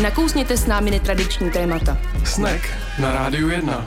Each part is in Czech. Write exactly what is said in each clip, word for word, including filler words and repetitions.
Nakousněte s námi netradiční témata. Snack na Rádiu jedna.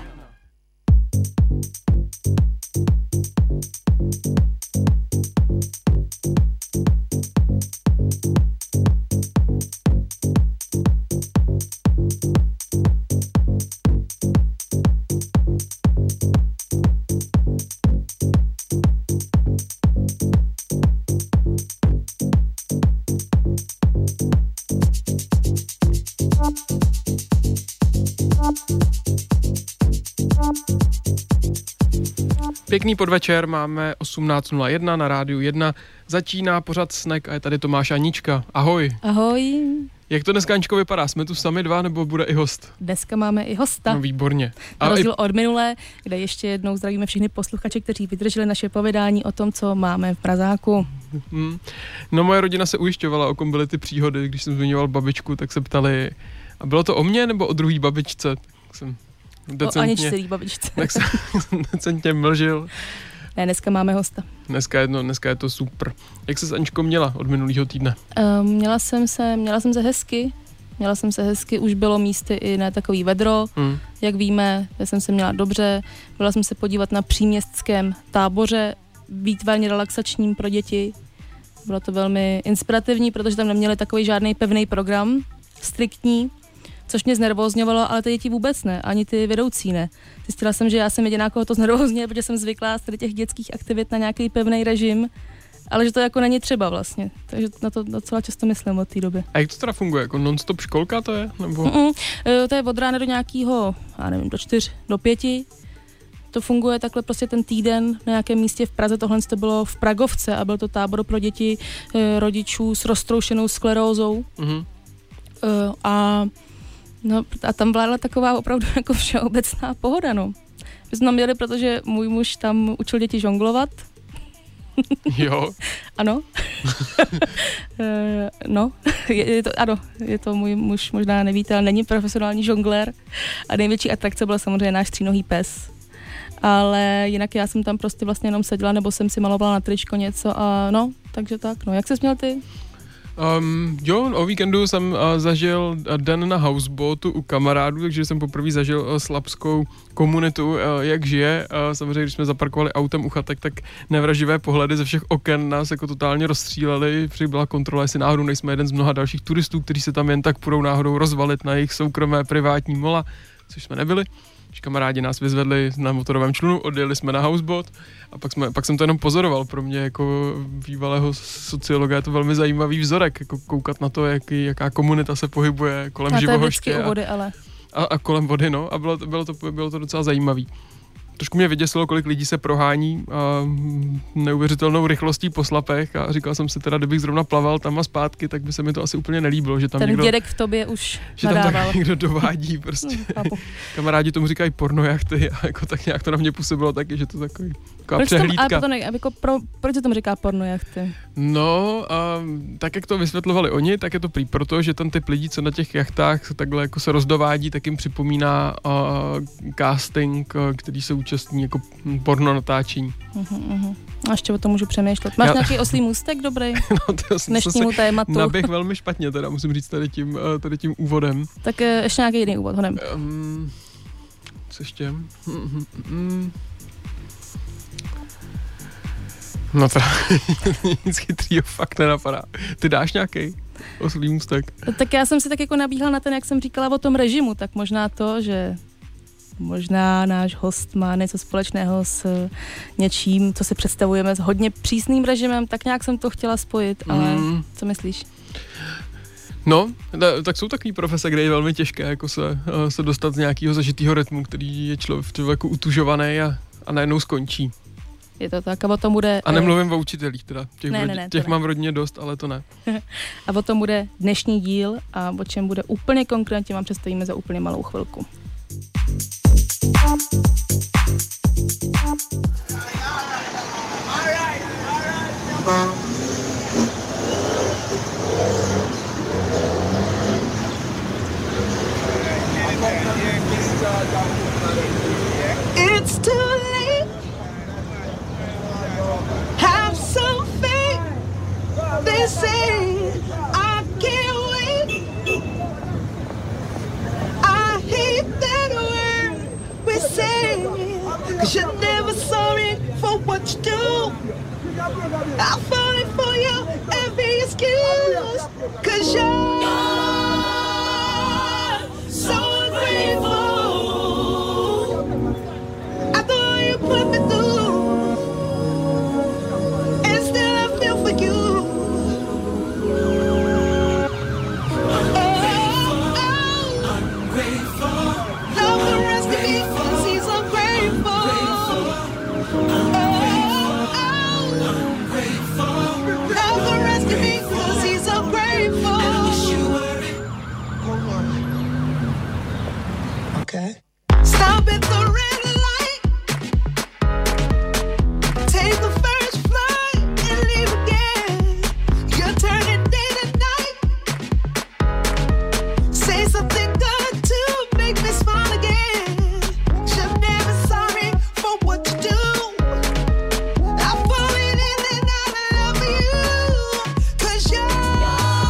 Pěkný podvečer, máme osmnáct nula jedna na Rádiu jedna, začíná pořad Snack a je tady Tomáš a Anička. Ahoj. Ahoj. Jak to dneska, Aničko, vypadá? Jsme tu sami dva, nebo bude i host? Dneska máme i hosta. No výborně. Na rozdíl i... od minulé, kde ještě jednou zdravíme všechny posluchače, kteří vydrželi naše povídání o tom, co máme v Prazáku. Hmm. No moje rodina se ujišťovala, o kom byly ty příhody, když jsem zmiňoval babičku, tak se ptali, a bylo to o mně nebo o druhý babičce? Tak jsem decentně, o Aničce babičce. Tak jsem decentně mlžil. Ne, dneska máme hosta. Dneska je, no, dneska je to super. Jak se s Aničkou měla od minulého týdne? Uh, měla jsem se, měla jsem se hezky. Měla jsem se hezky, už bylo místy i na takový vedro. Hmm. Jak víme, já jsem se měla dobře. Byla jsem se podívat na příměstském táboře, výtvarně relaxačním pro děti. Bylo to velmi inspirativní, protože tam neměli takový žádný pevný program, striktní, což mě znervózňovalo, ale ty děti vůbec ne, ani ty vedoucí ne. Zjistila jsem, že já jsem jediná, koho to znervózňuje, protože jsem zvyklá z tady těch dětských aktivit na nějaký pevný režim, ale že to jako není třeba vlastně. Takže na to docela často myslím od té doby. A jak to teda funguje? Jako non-stop školka to je? Nebo? Mm-mm, to je od rána do nějakého, já nevím, do čtyř, do pěti. To funguje takhle prostě ten týden na nějakém místě v Praze. Tohle to bylo v Pragovce a byl to tábor pro děti rodičů s roztroušenou sklerózou. Mm-hmm. A No a tam vládla taková opravdu jako všeobecná pohoda, no. My jsme tam měli, protože můj muž tam učil děti žonglovat. Jo. Ano. No, je, je to, ano, je to můj muž, možná nevíte, ale není profesionální žonglér. A největší atrakce byl samozřejmě náš třínohý pes. Ale jinak já jsem tam prostě vlastně jenom seděla, nebo jsem si malovala na tričko něco a no, takže tak, no. Jak ses měl ty? Um, jo, o víkendu jsem uh, zažil den na houseboatu u kamarádů, takže jsem poprvé zažil uh, slabskou komunitu, uh, jak žije. Uh, samozřejmě, když jsme zaparkovali autem u chatek, tak nevraživé pohledy ze všech oken nás jako totálně rozstříleli. Přibyla kontrola, jestli náhodou nejsme jeden z mnoha dalších turistů, kteří se tam jen tak půjdou náhodou rozvalit na jejich soukromé privátní mola, což jsme nebyli. Kamarádi nás vyzvedli na motorovém člunu, odjeli jsme na houseboat a pak, jsme, pak jsem to jenom pozoroval. Pro mě jako bývalého sociologa je to velmi zajímavý vzorek, jako koukat na to, jaký, jaká komunita se pohybuje kolem Živohoště a, vody, ale. a, a kolem vody, no, a bylo, bylo, to, bylo to docela zajímavý. Trošku mě vyděsilo, kolik lidí se prohání a neuvěřitelnou rychlostí po slapech a říkal jsem si teda, kdybych zrovna plaval tam a zpátky, tak by se mi to asi úplně nelíbilo, že tam ten někdo... dědek v tobě už že nadával. Tam tak někdo dovádí prostě. Kamarádi tomu říkají pornojachty a jako tak nějak to na mě působilo taky, že to takový taková proč přehlídka. Tom, ale ne, jako pro, proč se tomu říká pornojachty? No, a tak jak to vysvětlovali oni, tak je to prý proto, že ten typ lidí, co na těch jachtách takhle jako se rozdovádí, tak jim připomíná uh, casting, uh, který se účastní jako porno natáčení. Uh-huh, uh-huh. A ještě o tom můžu přemýšlet. Máš Já... nějaký oslý můstek dobrý? No, to dnešnímu tématu. Naběh velmi špatně, teda musím říct tady tím, tady tím úvodem. Tak uh, ještě nějaký jiný úvod, honem. Um, co ještě? Mm-hmm. No to nic chytrýho fakt nenapadá. Ty dáš nějaký oslý můstek? Tak já jsem si tak jako nabíhala na ten, jak jsem říkala o tom režimu, tak možná to, že možná náš host má něco společného s něčím, co si představujeme s hodně přísným režimem, tak nějak jsem to chtěla spojit, ale mm. co myslíš? No, tak jsou takový profese, kde je velmi těžké jako se, se dostat z nějakého zažitého rytmu, který je člověk, člověku utužovaný a, a najednou skončí. Je to tak, a o tom bude... A nemluvím o učitelích teda, těch, ne, rodi, ne, ne, těch ne. mám v rodině dost, ale to ne. A o tom bude dnešní díl a o čem bude úplně konkrétně, vám představíme za úplně malou chvilku. It's too late. Have some faith. They say I can't wait. I'm falling for you every excuse, cause you're so ungrateful. After all you put me through, and still I feel for you. Okay. Stop at the red light. Take the first flight and leave again. You're turning day to night. Say something good to make me smile again. You're never sorry for what you do. I'm falling in and out of love with you, cause you're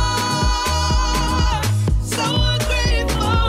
so ungrateful.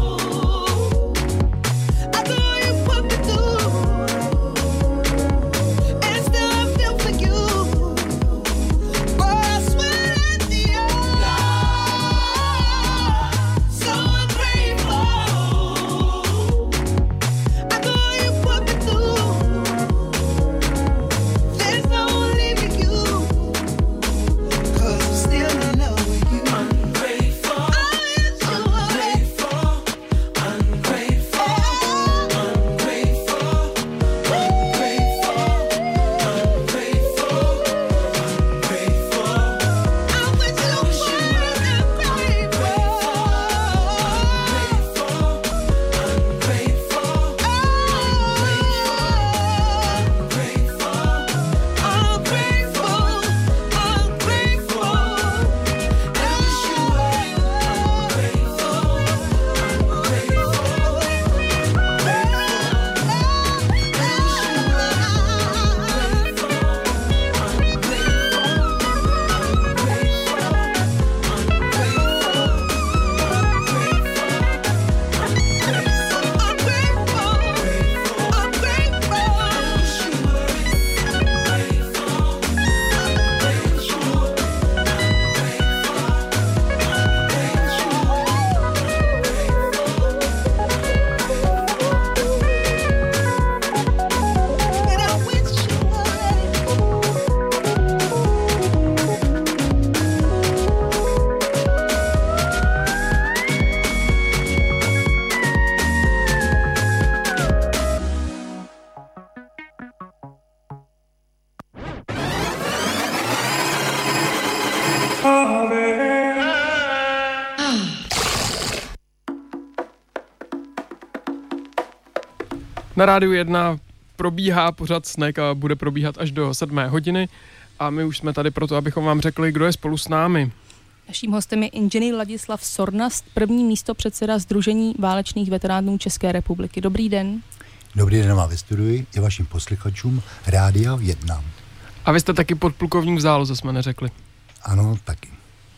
Na Rádiu jedna probíhá pořad Snack a bude probíhat až do sedmé hodiny a my už jsme tady proto, abychom vám řekli, kdo je spolu s námi. Naším hostem je inženýr Ladislav Sornast, první místopředseda Sdružení válečných veteránů České republiky. Dobrý den. Dobrý den vám ve studiu i vašim posluchačům Rádia jedna. A vy jste taky podplukovník v záloze, jsme neřekli. Ano, taky.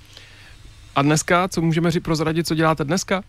A dneska, co můžeme říct, prozradit, co děláte dneska?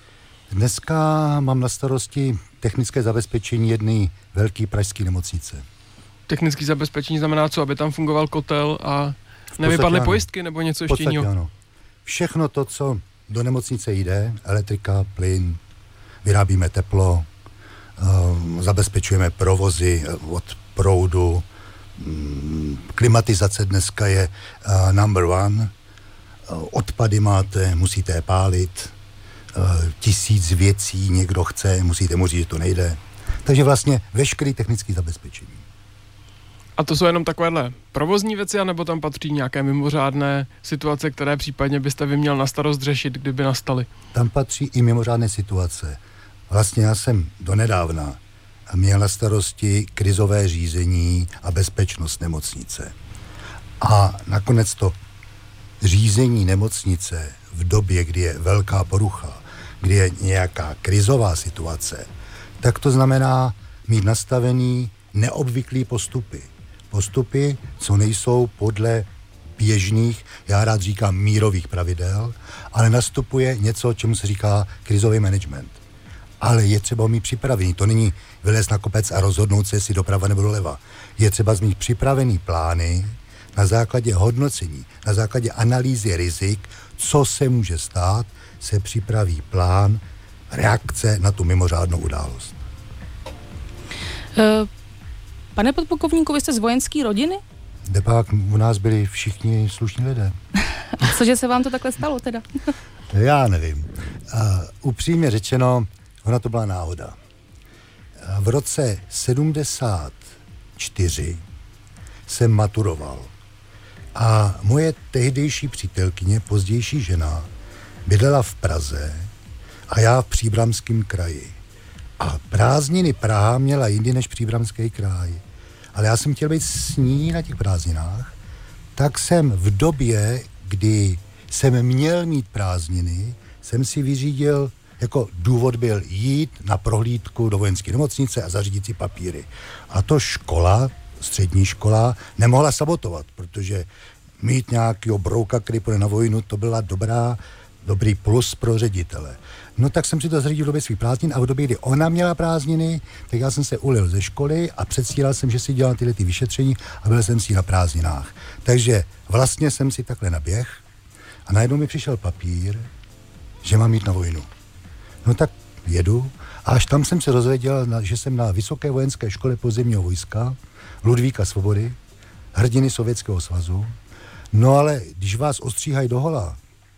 Dneska mám na starosti technické zabezpečení jedné velké pražské nemocnice. Technické zabezpečení znamená co? Aby tam fungoval kotel a nevypadly pojistky nebo něco ještě jiného? Ano. Všechno to, co do nemocnice jde, elektrika, plyn, vyrábíme teplo, uh, zabezpečujeme provozy od proudu, um, klimatizace dneska je uh, number one, uh, odpady máte, musíte je pálit, uh, tisíc věcí někdo chce, musíte mu říct, že to nejde. Takže vlastně veškerý technický zabezpečení. A to jsou jenom takovéhle provozní věci, anebo tam patří nějaké mimořádné situace, které případně byste vy měl na starost řešit, kdyby nastaly? Tam patří i mimořádné situace. Vlastně já jsem donedávna měl na starosti krizové řízení a bezpečnost nemocnice. A nakonec to řízení nemocnice v době, kdy je velká porucha, kdy je nějaká krizová situace, tak to znamená mít nastavený neobvyklý postupy. Postupy, co nejsou podle běžných, já rád říkám mírových pravidel, ale nastupuje něco, čemu se říká krizový management. ale je třeba mít připravený. To není vylézt na kopec a rozhodnout se, jestli doprava nebo doleva. Je třeba mít připravený plány na základě hodnocení, na základě analýzy rizik, co se může stát, se připraví plán reakce na tu mimořádnou událost. Uh, pane podplukovníku, vy jste z vojenské rodiny? Kde pak u nás byli všichni slušní lidé. Cože se vám to takhle stalo teda? Já nevím. Uh, upřímně řečeno, ona to byla náhoda. Uh, v roce sedmdesát čtyři jsem maturoval a moje tehdejší přítelkyně, pozdější žena, bydlela v Praze a já v Příbramském kraji. A prázdniny Praha měla jindy než Příbramský kraj. Ale já jsem chtěl být s ní na těch prázdninách, tak jsem v době, kdy jsem měl mít prázdniny, jsem si vyřídil, jako důvod byl jít na prohlídku do vojenské nemocnice a zařídit si papíry. A to škola, střední škola, nemohla sabotovat, protože mít nějakýho brouka, který půjde na vojnu, to byla dobrá, dobrý plus pro ředitele. No tak jsem si to zařídil v době svých prázdnin a v době, kdy ona měla prázdniny, tak já jsem se ulil ze školy a předstíral jsem, že si dělal tyhle ty vyšetření a byl jsem si na prázdninách. Takže vlastně jsem si takhle naběh a najednou mi přišel papír, že mám jít na vojnu. No tak jedu a až tam jsem se dozvěděl, že jsem na Vysoké vojenské škole pozemního vojska Ludvíka Svobody, hrdiny Sovětského svazu. No ale když vás ostříhají do hola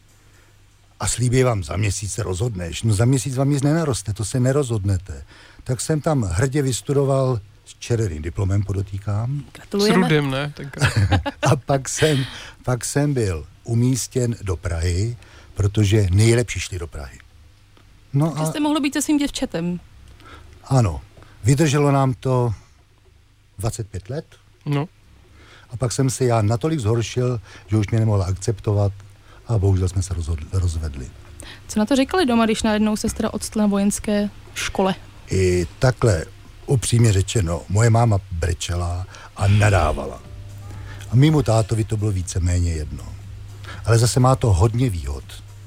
a slíbí vám, za měsíc se rozhodneš, no za měsíc vám nic nenaroste, to se nerozhodnete. Tak jsem tam hrdě vystudoval s červeným diplomem, podotýkám. Gratulujeme. S rudým, ne? A pak jsem, pak jsem byl umístěn do Prahy, protože nejlepší šli do Prahy. No a... jste mohli být se svým děvčetem. Ano. Vydrželo nám to dvacet pět let. No. A pak jsem se já natolik zhoršil, že už mě nemohla akceptovat a bohužel jsme se rozhodli, rozvedli. Co na to říkali doma, když najednou se teda odstala na vojenské škole? I takhle, upřímně řečeno, moje máma brečela a nadávala. A mému tátovi to bylo víceméně jedno. Ale zase má to hodně výhod.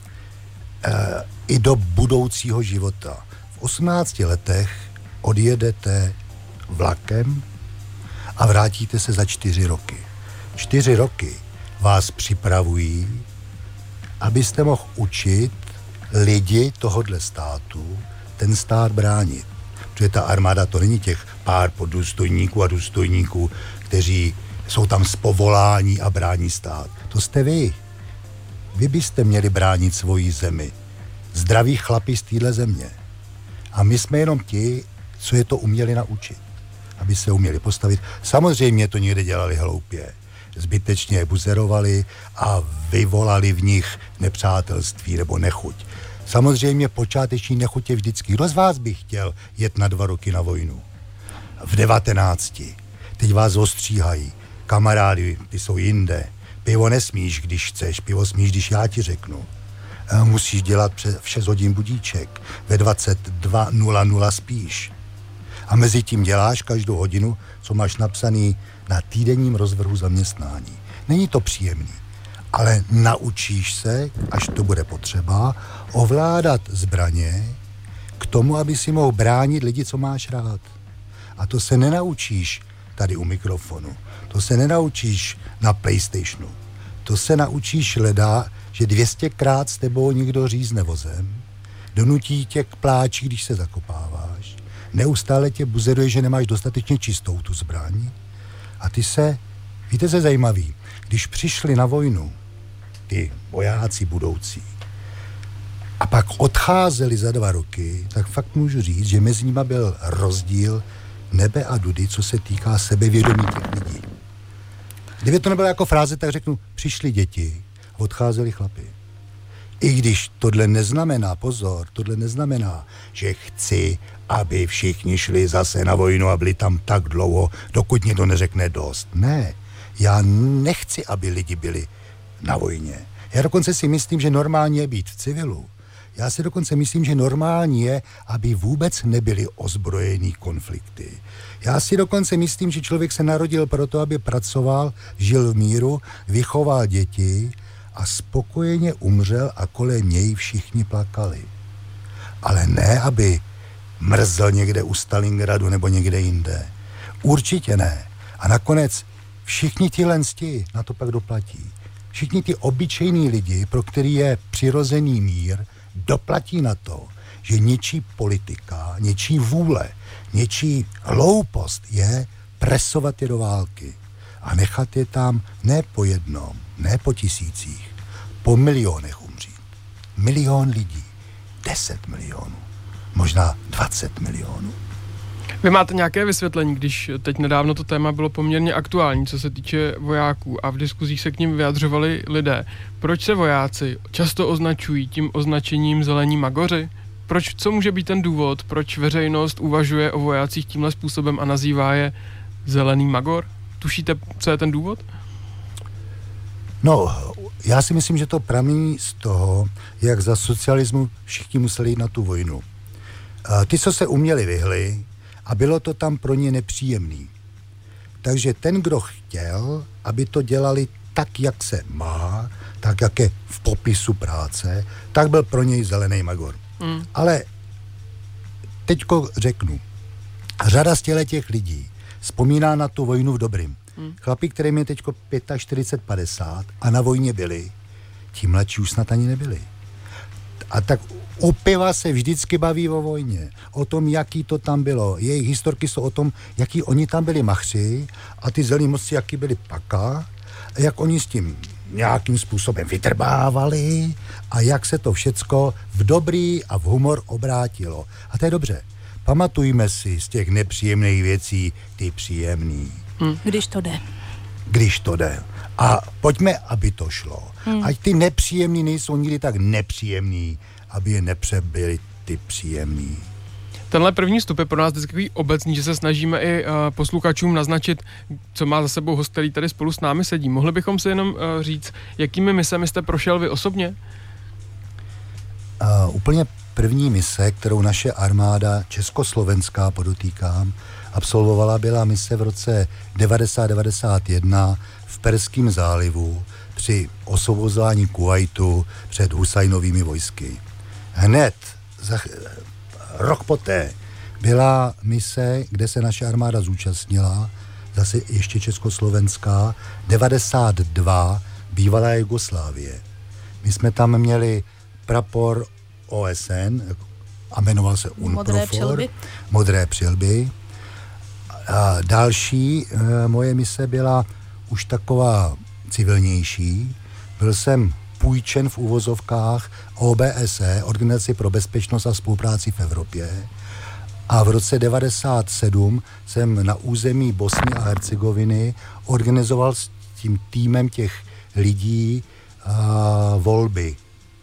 E, I do budoucího života. V osmnácti letech odjedete vlakem a vrátíte se za čtyři roky. Čtyři roky vás připravují, abyste mohl učit lidi tohodle státu ten stát bránit. Protože ta armáda to není těch pár poddůstojníků a důstojníků, kteří jsou tam z povolání a brání stát. To jste vy. Vy byste měli bránit svoji zemi. Zdraví chlapi z téhle země. A my jsme jenom ti, co je to uměli naučit. Aby se uměli postavit. Samozřejmě to někde dělali hloupě. Zbytečně je buzerovali a vyvolali v nich nepřátelství nebo nechuť. Samozřejmě počáteční nechuť je vždycky. Kdo z vás by chtěl jet na dva roky na vojnu? V devatenácti. Teď vás ostříhají. Kamarádi, ty jsou jinde. Pivo nesmíš, když chceš. Pivo smíš, když já ti řeknu. Musíš dělat v šest hodin budíček. Ve dvacet dva nula nula spíš. A mezi tím děláš každou hodinu, co máš napsaný na týdenním rozvrhu zaměstnání. Není to příjemný, ale naučíš se, až to bude potřeba, ovládat zbraně k tomu, aby si mohl bránit lidi, co máš rád. A to se nenaučíš tady u mikrofonu. To se nenaučíš na PlayStationu. To se naučíš leda, že dvěstěkrát s tebou někdo řízne vozem, donutí tě k pláči, když se zakopáváš, neustále tě buzeruje, že nemáš dostatečně čistou tu zbraň. A ty se, víte, co je zajímavý, když přišli na vojnu ty vojáci budoucí a pak odcházeli za dva roky, tak fakt můžu říct, že mezi nimi byl rozdíl nebe a dudy, co se týká sebevědomí těch lidí. Kdyby to nebyla jako fráze, tak řeknu, přišli děti, odcházeli chlapi. I když tohle neznamená, pozor, tohle neznamená, že chci, aby všichni šli zase na vojnu a byli tam tak dlouho, dokud někdo neřekne dost. Ne, já nechci, aby lidi byli na vojně. Já dokonce si myslím, že normálně je být v civilu. Já si dokonce myslím, že normální je, aby vůbec nebyly ozbrojený konflikty. Já si dokonce myslím, že člověk se narodil proto, aby pracoval, žil v míru, vychoval děti a spokojeně umřel a kolem něj všichni plakali. Ale ne, aby mrzl někde u Stalingradu nebo někde jinde. Určitě ne. A nakonec všichni ti lensti na to pak doplatí. Všichni ty obyčejní lidi, pro který je přirozený mír, doplatí na to, že něčí politika, něčí vůle, něčí hloupost je presovat je do války a nechat je tam ne po jednom, ne po tisících, po milionech umřít. Milion lidí, deset milionů, možná dvacet milionů. Vy máte nějaké vysvětlení, když teď nedávno to téma bylo poměrně aktuální, co se týče vojáků a v diskuzích se k ním vyjadřovali lidé. Proč se vojáci často označují tím označením zelení magoři? Proč, co může být ten důvod, proč veřejnost uvažuje o vojácích tímhle způsobem a nazývá je zelený magor? Tušíte, co je ten důvod? No, já si myslím, že to pramení z toho, jak za socialismu všichni museli jít na tu vojnu. Ty, co se uměli, vyhli a bylo to tam pro ně nepříjemný. Takže ten, kdo chtěl, aby to dělali tak, jak se má, tak, jak je v popisu práce, tak byl pro něj zelený magor. Mm. Ale teďko řeknu, řada z těch lidí vzpomíná na tu vojnu v dobrým. Mm. Chlapi, kterým je teďko čtyřicet pět padesát a na vojně byli, ti mladší už snad ani nebyli. A tak u piva se vždycky baví o vojně, o tom, jaký to tam bylo. Jejich historky jsou o tom, jaký oni tam byli machři a ty zelení moci, jaký byli paka, jak oni s tím nějakým způsobem vytrbávali a jak se to všecko v dobrý a v humor obrátilo. A to je dobře. Pamatujme si z těch nepříjemných věcí ty příjemný. Hmm. Když to jde. Když to jde. A pojďme, aby to šlo. Hmm. Ať ty nepříjemný nejsou nikdy tak nepříjemný, aby je nepřebyly ty příjemný. Tenhle první vstup je pro nás vždycky obecný, že se snažíme i uh, posluchačům naznačit, co má za sebou host, který tady spolu s námi sedí. Mohli bychom si jenom uh, říct, jakými misemi jste prošel vy osobně? Uh, úplně první mise, kterou naše armáda československá, podotýkám, absolvovala, byla mise v roce devadesát devadesát jedna v Perském zálivu při osvobozování Kuvajtu před Husajnovými vojsky. Hned za rok poté byla mise, kde se naše armáda zúčastnila, zase ještě československá, devadesát dva, bývalá Jugoslávie. My jsme tam měli prapor O S N a jmenoval se UNPROFOR. Modré přilby. Modré přilby. A další e, moje mise byla už taková civilnější. Byl jsem půjčen v uvozovkách O B S E, Organizaci pro bezpečnost a spolupráci v Evropě. A v roce devadesát sedm jsem na území Bosny a Hercegoviny organizoval s tím týmem těch lidí a, volby.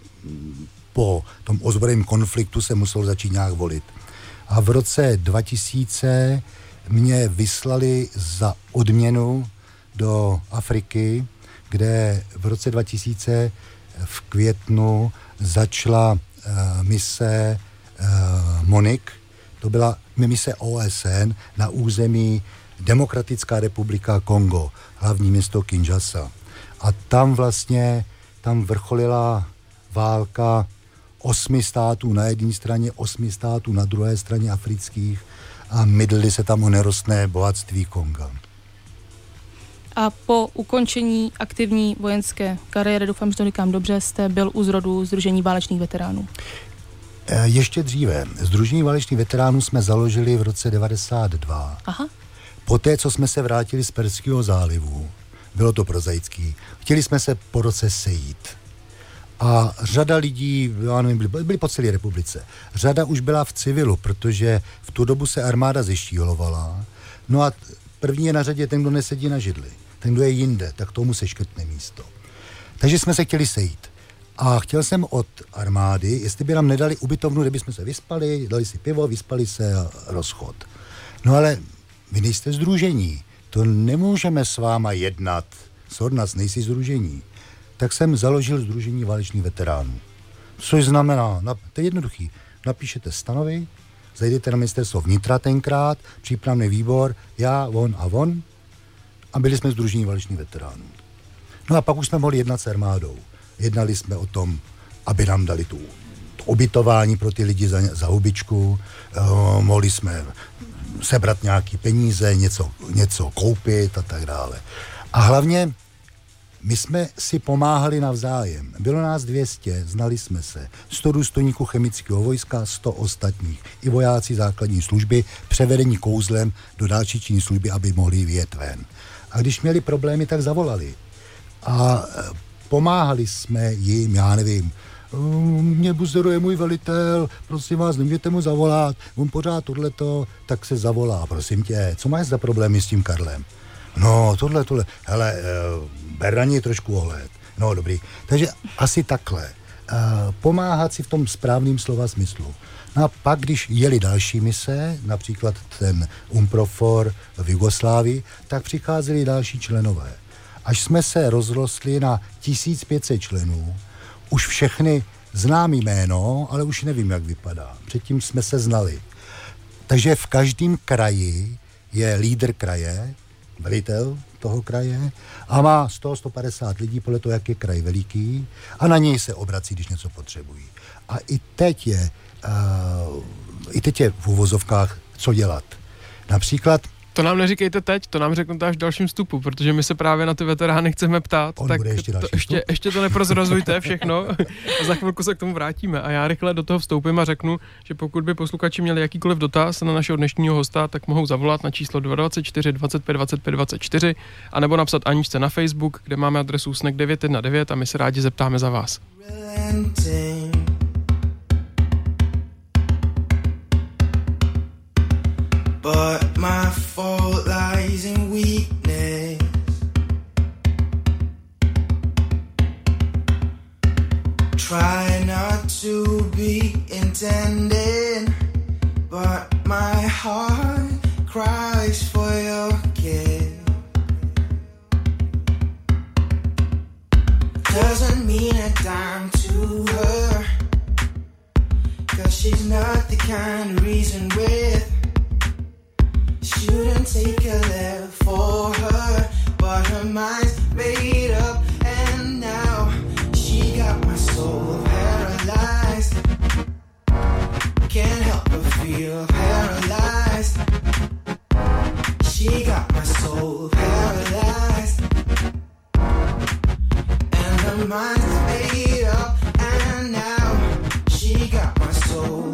Po tom ozbrojeném konfliktu se musel začít nějak volit. A v roce dva tisíce mě vyslali za odměnu do Afriky, kde v roce dva tisíce v květnu začala uh, mise uh, MONUC. To byla mise O S N na území Demokratická republika Kongo, hlavní město Kinshasa. A tam vlastně, tam vrcholila válka osmi států na jedné straně, osmi států na druhé straně afrických a mydlili se tam o nerostné bohatství Konga. A po ukončení aktivní vojenské kariéry, doufám, že to říkám dobře, jste byl u zrodu Sdružení válečných veteránů. Ještě dříve. Sdružení válečných veteránů jsme založili v roce devadesát dva. Aha. Poté, co jsme se vrátili z Perského zálivu, bylo to prozaický, chtěli jsme se po roce sejít. A řada lidí, já nevím, byli, byli po celé republice. Řada už byla v civilu, protože v tu dobu se armáda zeštíhlovala. No a první je na řadě ten, kdo nesedí na židli. Ten, kdo je jinde, tak tomu se škrtne místo. Takže jsme se chtěli sejít. A chtěl jsem od armády, jestli by nám nedali ubytovnu, kde bychom se vyspali, dali si pivo, vyspali se a rozchod. No ale vy nejste sdružení. To nemůžeme s váma jednat. Co od nás nejsi sdružení. Tak jsem založil Sdružení válečných veteránů. Což znamená, to je jednoduchý, napíšete stanovy, zajdete na ministerstvo vnitra tenkrát, přípravný výbor, já, on a on, a byli jsme Sdružení válečných veteránů. No a pak už jsme mohli jednat s armádou. Jednali jsme o tom, aby nám dali tu ubytování pro ty lidi za, za hubičku, uh, mohli jsme sebrat nějaký peníze, něco, něco koupit a tak dále. A hlavně my jsme si pomáhali navzájem. Bylo nás dvě stě, znali jsme se. sto důstojníků chemického vojska, sto ostatních. I vojáci základní služby, převedení kouzlem do další činné služby, aby mohli vyjet ven. A když měli problémy, tak zavolali. A pomáhali jsme jim, já nevím, mě buzeruje můj velitel, prosím vás, nemůžete mu zavolat, on pořád tohleto, tak se zavolá, prosím tě, co máš za problémy s tím Karlem? No, tohle, tohle, hele, ber na něj trošku ohled. No, dobrý. Takže asi takhle. Pomáhat si v tom správném slova smyslu. No a pak, když jeli další mise, například ten Umprofor v Jugoslávii, tak přicházeli další členové. Až jsme se rozrostli na tisíc pět set členů, už všechny znám jméno, ale už nevím, jak vypadá. Předtím jsme se znali. Takže v každém kraji je lídr kraje, velitel toho kraje a má sto až sto padesát lidí podle toho, jak je kraj veliký a na něj se obrací, když něco potřebují. A i teď je, uh, i teď je v uvozovkách co dělat. Například to nám neříkejte teď, to nám řeknete až v dalším vstupu, protože my se právě na ty veterány chceme ptát. On tak bude ještě, to, ještě, ještě to neprozrazujte všechno a za chvilku se k tomu vrátíme. A já rychle do toho vstoupím a řeknu, že pokud by posluchači měli jakýkoliv dotaz na našeho dnešního hosta, tak mohou zavolat na číslo dvacet čtyři dvacet pět dvacet pět dvacet čtyři a nebo napsat Aničce na Facebook, kde máme adresu Snack devět jedna devět a my se rádi zeptáme za vás. But my fault lies in weakness. Try not to be intending, but my heart cries for your kiss. Doesn't mean a dime to her, 'cause she's not the kind of reason with. Shouldn't take a left for her, but her mind's made up, and now she got my soul paralyzed. Can't help but feel paralyzed. She got my soul paralyzed, and her mind's made up, and now she got my soul.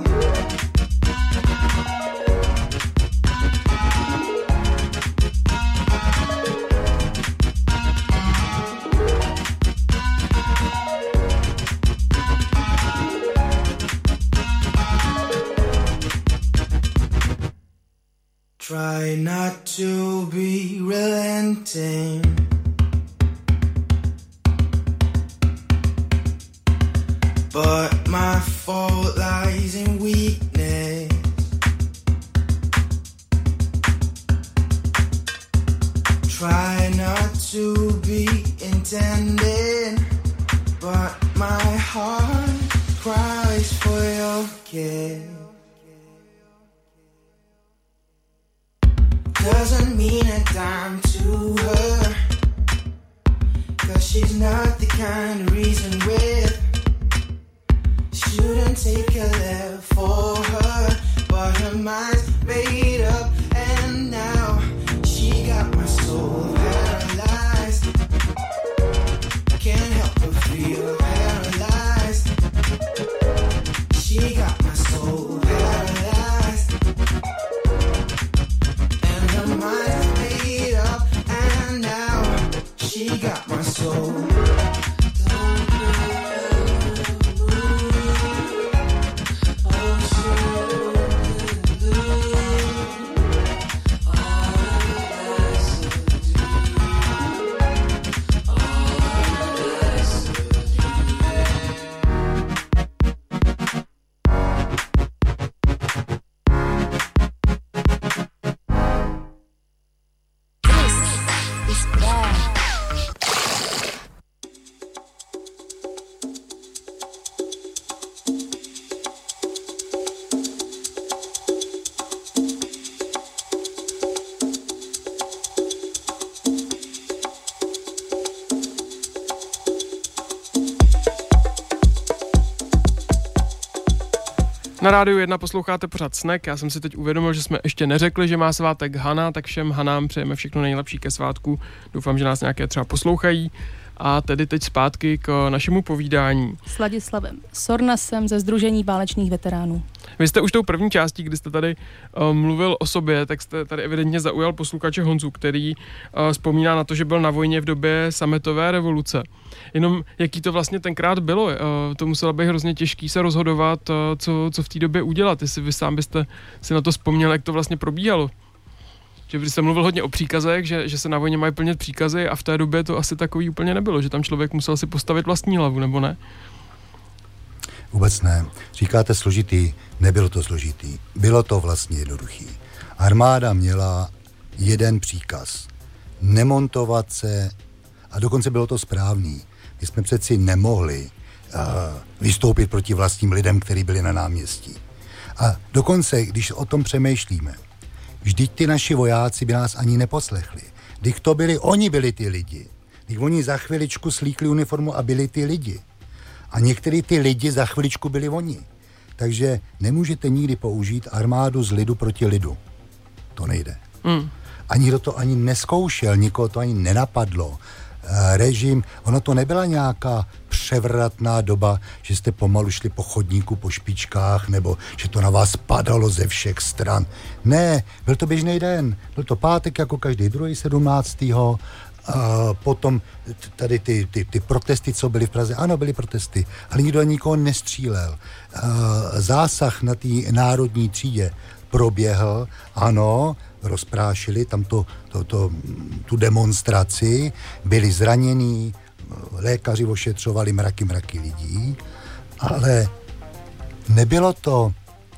Try not to be relenting, but my fault lies in weakness. Try not to be intending, but my heart cries for your kiss. Doesn't mean a dime to her, 'cause she's not the kind of reason with. Shouldn't take a left for her, but her mind's made up, and now she got my soul paralyzed. Can't help but feel paralyzed. She got my soul paralyzed, and her mind's made up, and now she got my soul. Oh, Na Rádiu jedna posloucháte pořád Snack. Já jsem si teď uvědomil, že jsme ještě neřekli, že má svátek Hana, tak všem Hanám přejeme všechno nejlepší ke svátku. Doufám, že nás nějaké třeba poslouchají. A tedy teď zpátky k našemu povídání. S Ladislavem Sornasem ze Sdružení válečných veteránů. Vy jste už tou první částí, kdy jste tady uh, mluvil o sobě, tak jste tady evidentně zaujal posluchače Honzu, který uh, vzpomíná na to, že byl na vojně v době sametové revoluce. Jenom jaký to vlastně tenkrát bylo, uh, to muselo být hrozně těžký se rozhodovat, uh, co, co v té době udělat. Jestli vy sám byste si na to vzpomněl, jak to vlastně probíhalo. Že vy jste mluvil hodně o příkazech, že, že se na vojně mají plnit příkazy a v té době to asi takový úplně nebylo, že tam člověk musel si postavit vlastní hlavu, nebo ne? Vůbec ne. Říkáte složitý, nebylo to složitý. Bylo to vlastně jednoduchý. Armáda měla jeden příkaz. Nemontovat se, a dokonce bylo to správný. My jsme přeci nemohli uh, vystoupit proti vlastním lidem, kteří byli na náměstí. A dokonce, když o tom přemýšlíme, vždyť ty naši vojáci by nás ani neposlechli. Vždyť to byli, oni byli ty lidi. Vždyť oni za chviličku slíkli uniformu a byli ty lidi. A některý ty lidi za chviličku byli oni. Takže nemůžete nikdy použít armádu z lidu proti lidu. To nejde. Mm. A nikdo to ani neskoušel, nikoho to ani nenapadlo. E, režim, ono to nebyla nějaká převratná doba, že jste pomalu šli po chodníku, po špičkách, nebo že to na vás padalo ze všech stran. Ne, byl to běžný den. Byl to pátek jako každý druhý sedmnáctého Uh, potom tady ty, ty, ty protesty, co byly v Praze, ano, byly protesty, ale nikdo nikoho nestřílel. Uh, zásah na té národní třídě proběhl, ano, rozprášili tam to, to, to, tu demonstraci, byli zranění, lékaři ošetřovali mraky, mraky lidí, ale nebylo to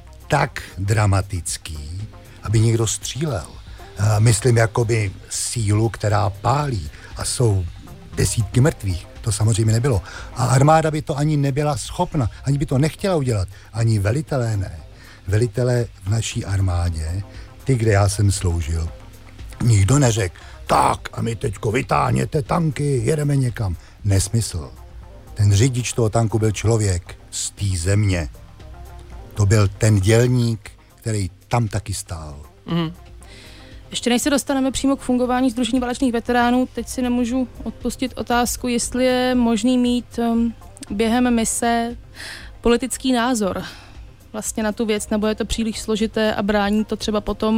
tak dramatický, aby někdo střílel. Myslím jakoby sílu, která pálí a jsou desítky mrtvých. To samozřejmě nebylo. A armáda by to ani nebyla schopna, ani by to nechtěla udělat. Ani velitelé ne. Velitelé v naší armádě, ty, kde já jsem sloužil, nikdo neřekl, tak a my teďko vytáhněte tanky, jedeme někam. Nesmysl. Ten řidič toho tanku byl člověk z té země. To byl ten dělník, který tam taky stál. Mm. Ještě než se dostaneme přímo k fungování Sdružení válečných veteránů, teď si nemůžu odpustit otázku, jestli je možný mít um, během mise politický názor vlastně na tu věc, nebo je to příliš složité a brání to třeba potom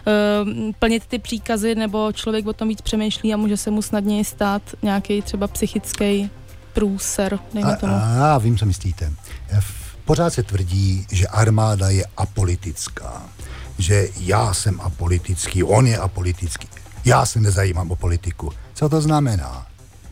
uh, plnit ty příkazy, nebo člověk o tom víc přemýšlí a může se mu snadněji stát nějaký třeba psychický průser, dejme tomu. A, a vím, co myslíte. Pořád se tvrdí, že armáda je apolitická. Že já jsem apolitický, on je apolitický. Já se nezajímám o politiku. Co to znamená?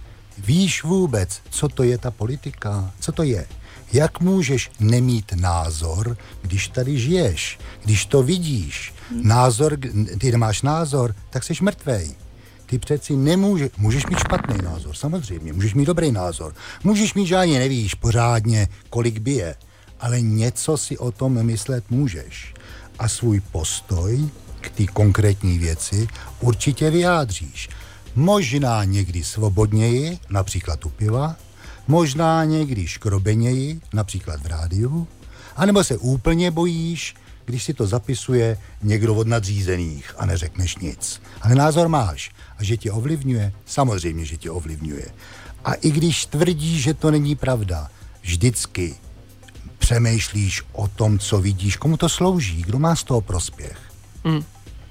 Víš vůbec, co to je ta politika? Co to je? Jak můžeš nemít názor, když tady žiješ? Když to vidíš, názor, ty nemáš názor, tak jsi mrtvej. Ty přeci nemůžeš, můžeš mít špatný názor, samozřejmě, můžeš mít dobrý názor. Můžeš mít, že ani nevíš pořádně, kolik bije, ale něco si o tom myslet můžeš. A svůj postoj k té konkrétní věci určitě vyjádříš. Možná někdy svobodněji, například u piva, možná někdy škrobeněji, například v rádiu, anebo se úplně bojíš, když si to zapisuje někdo od nadřízených a neřekneš nic. Ale názor máš. A že tě ovlivňuje? Samozřejmě, že tě ovlivňuje. A i když tvrdíš, že to není pravda, vždycky přemýšlíš o tom, co vidíš, komu to slouží, kdo má z toho prospěch. Mm.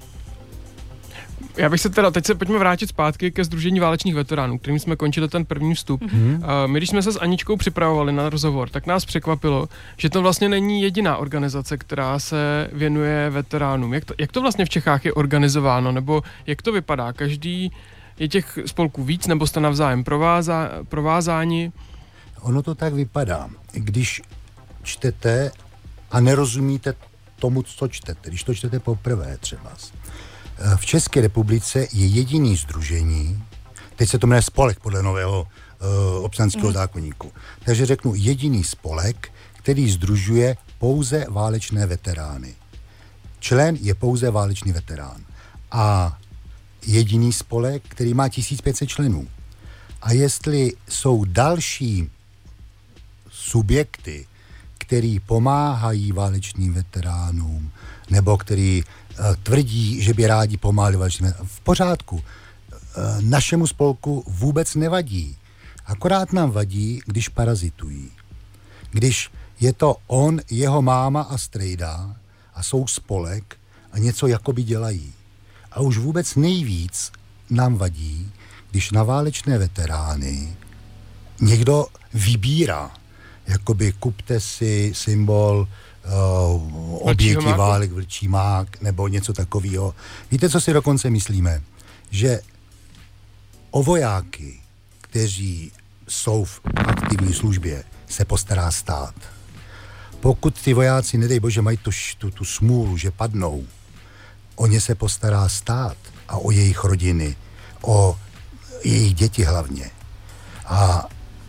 Já bych se teda, teď se pojďme vrátit zpátky ke Sdružení válečných veteránů, kterým jsme končili ten první vstup. Mm. My, když jsme se s Aničkou připravovali na rozhovor, tak nás překvapilo, že to vlastně není jediná organizace, která se věnuje veteránům. Jak to, jak to vlastně v Čechách je organizováno, nebo jak to vypadá? Každý, je těch spolků víc, nebo jste navzájem provázá, provázáni? Ono to tak vypadá. Když čtete a nerozumíte tomu, co čtete, když to čtete poprvé třeba. V České republice je jediný sdružení, teď se to jmenuje spolek podle nového uh, občanského mm. zákoníku, takže řeknu jediný spolek, který sdružuje pouze válečné veterány. Člen je pouze válečný veterán. A jediný spolek, který má tisíc pět set členů. A jestli jsou další subjekty, který pomáhají válečným veteránům, nebo který uh, tvrdí, že by rádi pomáhali válečným, v pořádku. Uh, našemu spolku vůbec nevadí. Akorát nám vadí, když parazitují. Když je to on, jeho máma a strejda a jsou spolek a něco jakoby dělají. A už vůbec nejvíc nám vadí, když na válečné veterány někdo vybírá. Jakoby kupte si symbol uh, oběti válek, vlčí mák, nebo něco takového. Víte, co si dokonce myslíme? Že o vojáky, kteří jsou v aktivní službě, se postará stát. Pokud ty vojáci, nedej bože, mají tu, tu, tu smůlu, že padnou, o ně se postará stát a o jejich rodiny, o jejich děti hlavně. A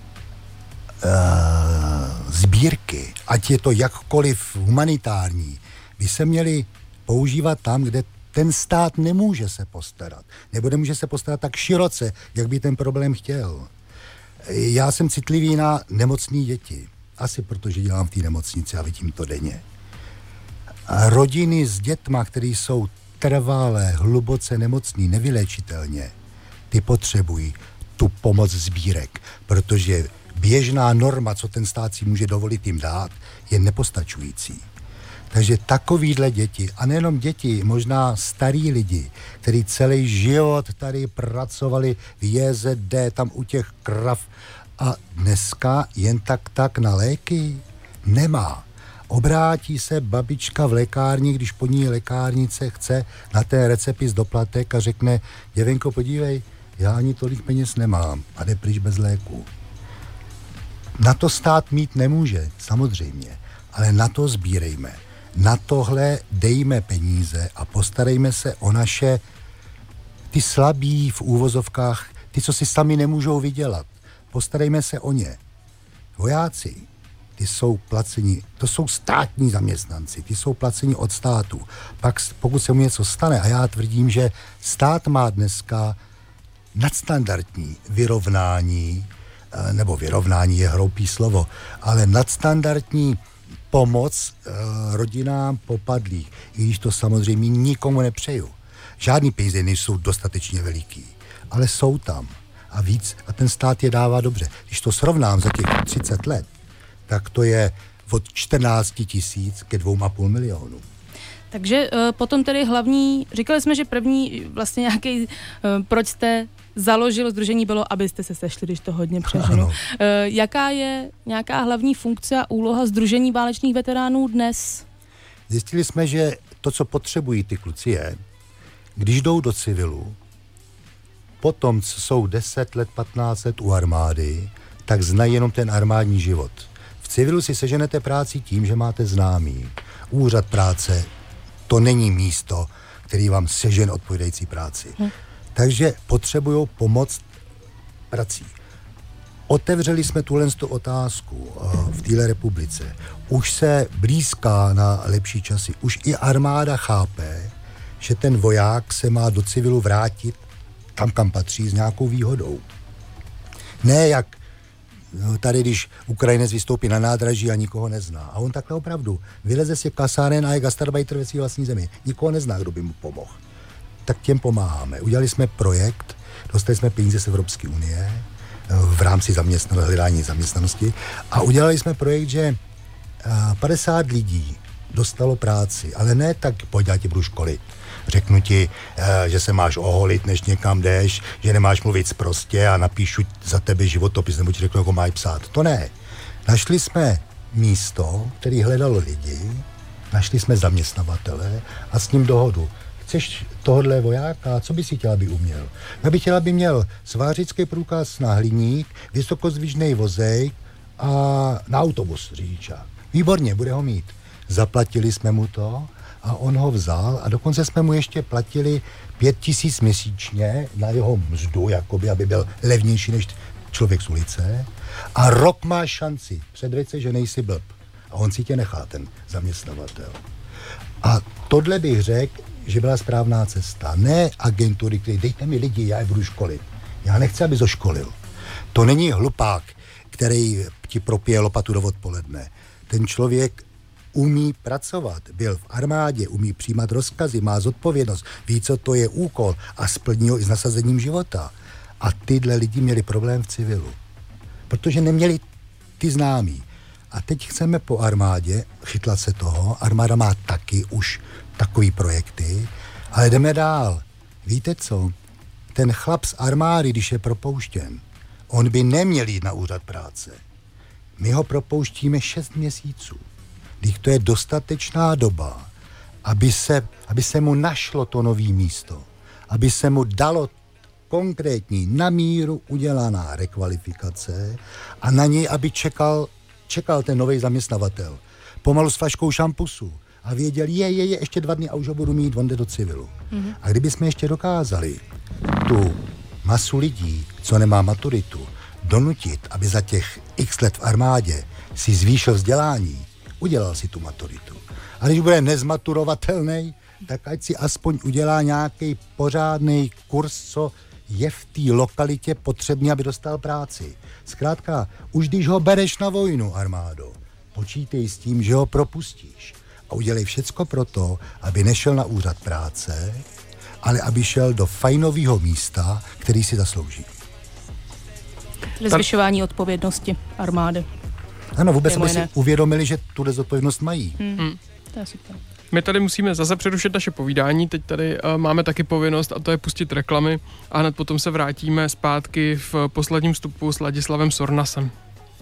e, sbírky, ať je to jakkoliv humanitární, by se měly používat tam, kde ten stát nemůže se postarat. Nebo nemůže se postarat tak široce, jak by ten problém chtěl. Já jsem citlivý na nemocné děti. Asi protože dělám v té nemocnici a vidím to denně. A rodiny s dětma, které jsou trvalé, hluboce nemocný, nevyléčitelně, ty potřebují tu pomoc sbírek, protože běžná norma, co ten stát si může dovolit jim dát, je nepostačující. Takže takovýhle děti, a nejenom děti, možná starí lidi, kteří celý život tady pracovali v J Z D, tam u těch krav, a dneska jen tak tak na léky nemá. Obrátí se babička v lékárně, když po ní lékárnice chce na ten recepis doplatek a řekne, děvenko, podívej, já ani tolik peněz nemám a jde pryč bez léku. Na to stát mít nemůže, samozřejmě, ale na to sbírejme. Na tohle dejme peníze a postarejme se o naše ty slabí v úvozovkách, ty, co si sami nemůžou vydělat. Postarejme se o ně. Vojáci, ty jsou placeni, to jsou státní zaměstnanci, ty jsou placeni od státu. Pak pokud se mu něco stane, a já tvrdím, že stát má dneska nadstandardní vyrovnání, nebo vyrovnání je hroupý slovo, ale nadstandardní pomoc e, rodinám popadlých, i když to samozřejmě nikomu nepřeju. Žádný peníze nejsou dostatečně veliký, ale jsou tam a víc a ten stát je dává dobře. Když to srovnám za těch třicet let, tak to je od čtrnáct tisíc ke dvou a půl milionů. Takže uh, potom tedy hlavní, říkali jsme, že první vlastně nějaký, uh, proč jste založil sdružení, bylo, abyste se sešli, když to hodně přeženu. Uh, jaká je nějaká hlavní funkce a úloha sdružení válečných veteránů dnes? Zjistili jsme, že to, co potřebují ty kluci je, když jdou do civilu, potom, co jsou deset let, patnáct let u armády, tak znají jenom ten armádní život. V civilu si seženete práci tím, že máte známý. Úřad práce, to není místo, který vám sežene odpovídající práci. Hm. Takže potřebují pomoc prací. Otevřeli jsme tuhle otázku uh, v téhle republice. Už se blízká na lepší časy. Už i armáda chápe, že ten voják se má do civilu vrátit tam, kam patří, s nějakou výhodou. Ne jak tady, když Ukrajinec vystoupí na nádraží a nikoho nezná. A on takhle opravdu vyleze si kasáren a je gastarbajter ve své vlastní zemi. Nikoho nezná, kdo by mu pomohl. Tak těm pomáháme. Udělali jsme projekt, dostali jsme peníze z Evropské unie v rámci zaměstnanosti, hledání zaměstnanosti a udělali jsme projekt, že padesát lidí dostalo práci, ale ne tak, pojď, já tě budu školit. Řeknu ti, že se máš oholit, než někam jdeš, že nemáš mluvit sprostě a napíšu za tebe životopis, nebo ti řeknu, jako mají psát. To ne. Našli jsme místo, který hledalo lidi, našli jsme zaměstnavatele a s ním dohodu. Chceš tohohle vojáka, co by si chtěla, aby uměl? Já bych chtěla, aby měl svářický průkaz na hliník, vysokozdvižnej vozejk a na autobus řidičák. Výborně, bude ho mít. Zaplatili jsme mu to a on ho vzal a dokonce jsme mu ještě platili pět tisíc měsíčně na jeho mzdu, jakoby, aby byl levnější než člověk z ulice. A rok má šanci předvědět se, že nejsi blb. A on si tě nechá, ten zaměstnavatel. A tohle bych řekl, že byla správná cesta. Ne agentury, které dejte mi lidi, já je budu školit. Já nechci, aby zoškolil. To není hlupák, který ti propije lopatu do odpoledne. ten člověk umí pracovat, byl v armádě, umí přijímat rozkazy, má zodpovědnost, ví, co to je úkol a splní ho i s nasazením života. A tyhle lidi měli problém v civilu, protože neměli ty známí. A teď chceme po armádě chytlat se toho, armáda má taky už takový projekty, ale jdeme dál. Víte co? Ten chlap z armády, když je propouštěn, on by neměl jít na úřad práce. My ho propouštíme šest měsíců. Když to je dostatečná doba, aby se, aby se mu našlo to nový místo, aby se mu dalo konkrétní, na míru udělaná rekvalifikace a na něj, aby čekal, čekal ten nový zaměstnavatel. Pomalu s flaškou šampusu a věděl, je, je, je, ještě dva dny a už ho budu mít, on jde do civilu. Mm-hmm. A kdyby jsme ještě dokázali tu masu lidí, co nemá maturitu, donutit, aby za těch x let v armádě si zvýšil vzdělání, udělal si tu maturitu. A když bude nezmaturovatelný, tak ať si aspoň udělá nějaký pořádný kurz, co je v té lokalitě potřebný, aby dostal práci. Zkrátka, už když ho bereš na vojnu, armádo, počítej s tím, že ho propustíš. A udělej všecko pro to, aby nešel na úřad práce, ale aby šel do fajnového místa, který si zaslouží. Zvyšování odpovědnosti armády. Ano, vůbec aby si uvědomili, že tuhle zodpovědnost mají. Hmm. Hmm. To je super. My tady musíme zase přerušit naše povídání, teď tady uh, máme taky povinnost a to je pustit reklamy a hned potom se vrátíme zpátky v posledním vstupu s Ladislavem Sornasem.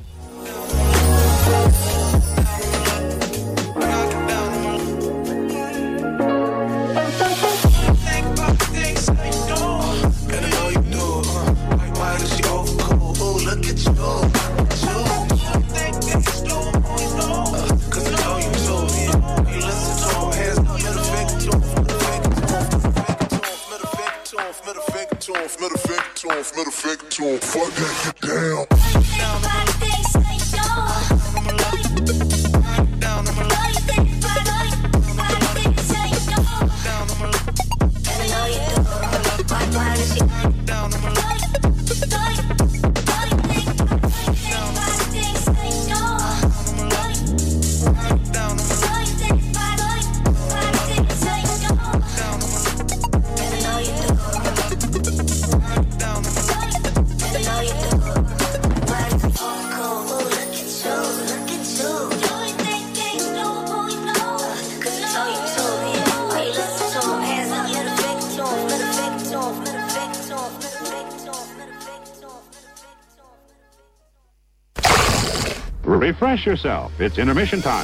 Refresh yourself. It's intermission time.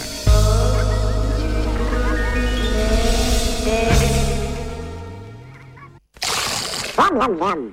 Yum, yum, yum.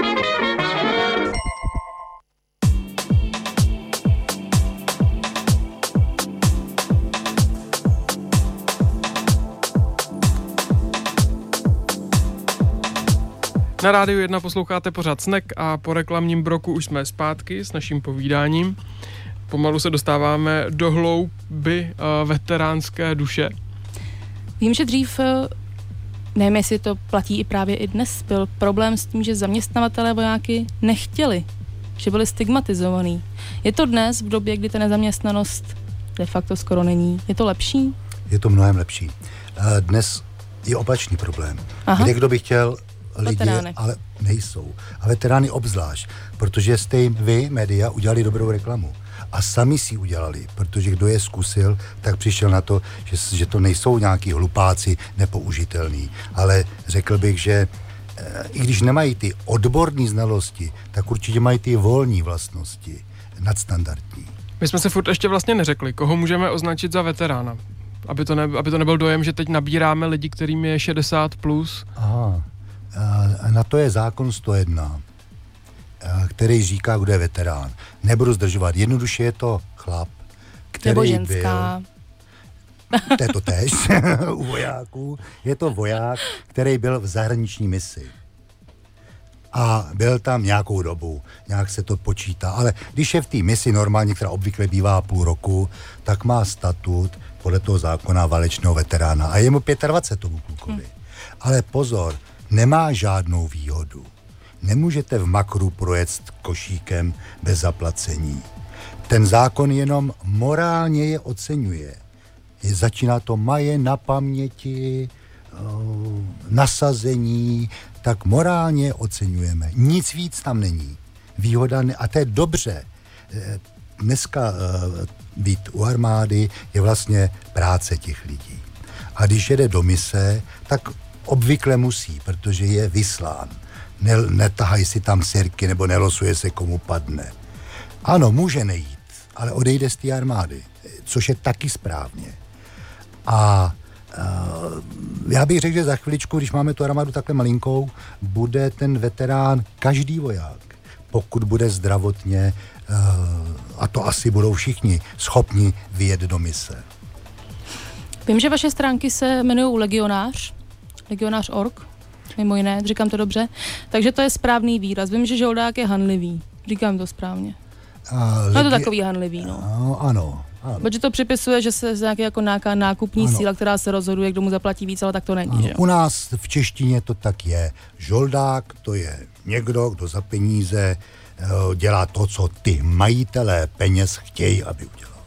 Na Rádiu jedna posloucháte pořád Snack a po reklamním broku už jsme zpátky s naším povídáním. Pomalu se dostáváme do hlouby uh, veteránské duše. Vím, že dřív, nevím, jestli to platí i právě i dnes, byl problém s tím, že zaměstnavatelé vojáky nechtěli, že byli stigmatizovaní. Je to dnes, v době, kdy ta nezaměstnanost de facto skoro není, je to lepší? Je to mnohem lepší. Dnes je opačný problém. Aha. Kde kdo by chtěl lidi, veterány. Ale nejsou. A veterány obzvlášť, protože jste jim vy, média, udělali dobrou reklamu. A sami si udělali, protože kdo je zkusil, tak přišel na to, že, že to nejsou nějaký hlupáci nepoužitelný. Ale řekl bych, že e, i když nemají ty odborné znalosti, tak určitě mají ty volní vlastnosti nadstandardní. My jsme se furt ještě vlastně neřekli, koho můžeme označit za veterána. Aby to, ne, aby to nebyl dojem, že teď nabíráme lidi, kterým je šedesát plus. Aha, a na to je zákon sto jedna. Který říká, kdo je veterán. Nebudu zdržovat. Jednoduše je to chlap, který nebo ženská. Byl, to je to též u vojáků. Je to voják, který byl v zahraniční misi. A byl tam nějakou dobu. Nějak se to počítá. Ale když je v té misi normálně, která obvykle bývá půl roku, tak má statut podle toho zákona válečného veterána. A je mu dvacet pět tomu klukovi. Hmm. Ale pozor, nemá žádnou výhodu. Nemůžete v makru projet košíkem bez zaplacení. ten zákon jenom morálně je oceňuje. Je, začíná to maje na paměti, nasazení, tak morálně oceňujeme. Nic víc tam není. Výhoda ne, a to je dobře. Dneska být u armády je vlastně práce těch lidí. A když jede do mise, tak obvykle musí, protože je vyslán. Ne, netahají si tam sirky nebo nelosuje se, komu padne. Ano, může nejít, ale odejde z té armády, což je taky správně. A uh, já bych řekl, že za chviličku, když máme tu armádu takhle malinkou, bude ten veterán, každý voják, pokud bude zdravotně, uh, a to asi budou všichni, schopni vyjet do mise. Vím, že vaše stránky se jmenují Legionář, legionář tečka org, mimo jiné, říkám to dobře, takže to je správný výraz. Vím, že žoldák je hanlivý, říkám to správně. Uh, legi- no je to takový hanlivý, no. no ano. Ano. Protože to připisuje, že se nějaká jako nějaká nákupní ano. síla, která se rozhoduje, kdo mu zaplatí víc, ale tak to není. Že? U nás v češtině to tak je. Žoldák to je někdo, kdo za peníze uh, dělá to, co ty majitelé peněz chtějí, aby udělal.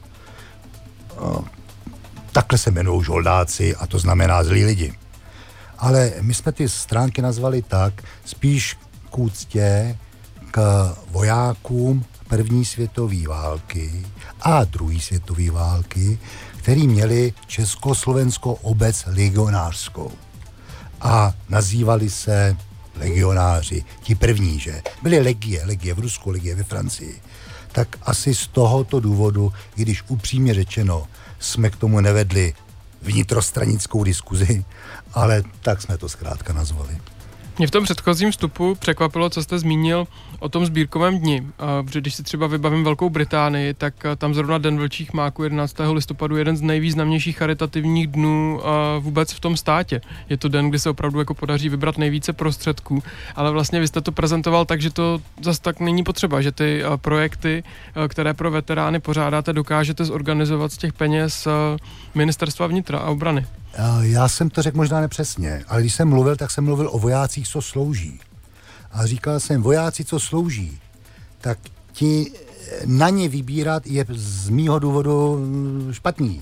Uh, takhle se jmenují žoldáci a to znamená zlí lidi. Ale my jsme ty stránky nazvali tak, spíš k úctě k vojákům první světové války a druhé světové války, který měli Československou obec legionářskou. A nazývali se legionáři, ti první, že? Byly legie, legie v Rusku, legie ve Francii. Tak asi z tohoto důvodu, i když upřímně řečeno, jsme k tomu nevedli vnitrostranickou diskuzi, ale tak jsme to zkrátka nazvali. Mě v tom předchozím vstupu překvapilo, co jste zmínil o tom sbírkovém dni. Protože když si třeba vybavím Velkou Británii, tak tam zrovna Den vlčích máků jedenáctého listopadu je jeden z nejvýznamnějších charitativních dnů vůbec v tom státě. Je to den, kdy se opravdu jako podaří vybrat nejvíce prostředků, ale vlastně vy jste to prezentoval tak, že to zase tak není potřeba, že ty projekty, které pro veterány pořádáte, dokážete zorganizovat z těch peněz Ministerstva vnitra a obrany. Já jsem to řekl možná nepřesně, ale když jsem mluvil, tak jsem mluvil o vojácích, co slouží. A říkal jsem, vojáci, co slouží, tak ti na ně vybírat je z mýho důvodu špatný.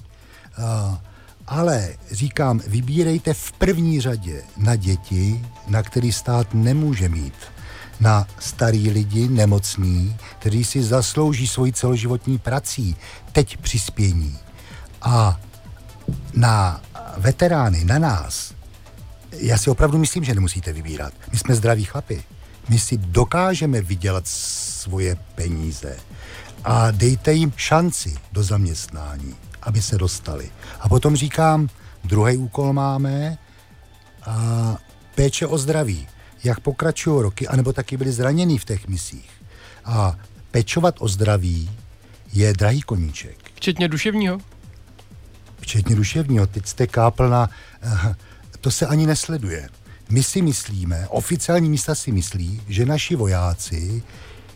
Ale říkám, vybírejte v první řadě na děti, na který stát nemůže mít. Na starý lidi, nemocní, kteří si zaslouží svoji celoživotní prací, teď přispění. A na veterány, na nás, já si opravdu myslím, že nemusíte vybírat. My jsme zdraví chlapi. My si dokážeme vydělat svoje peníze a dejte jim šanci do zaměstnání, aby se dostali. A potom říkám, druhý úkol máme a péče o zdraví. Jak pokračují roky, anebo taky byli zranění v těch misích. A pečovat o zdraví je drahý koníček. Včetně duševního? Včetně duševního. Teď jste kápl na... To se ani nesleduje. My si myslíme, oficiální místa si myslí, že naši vojáci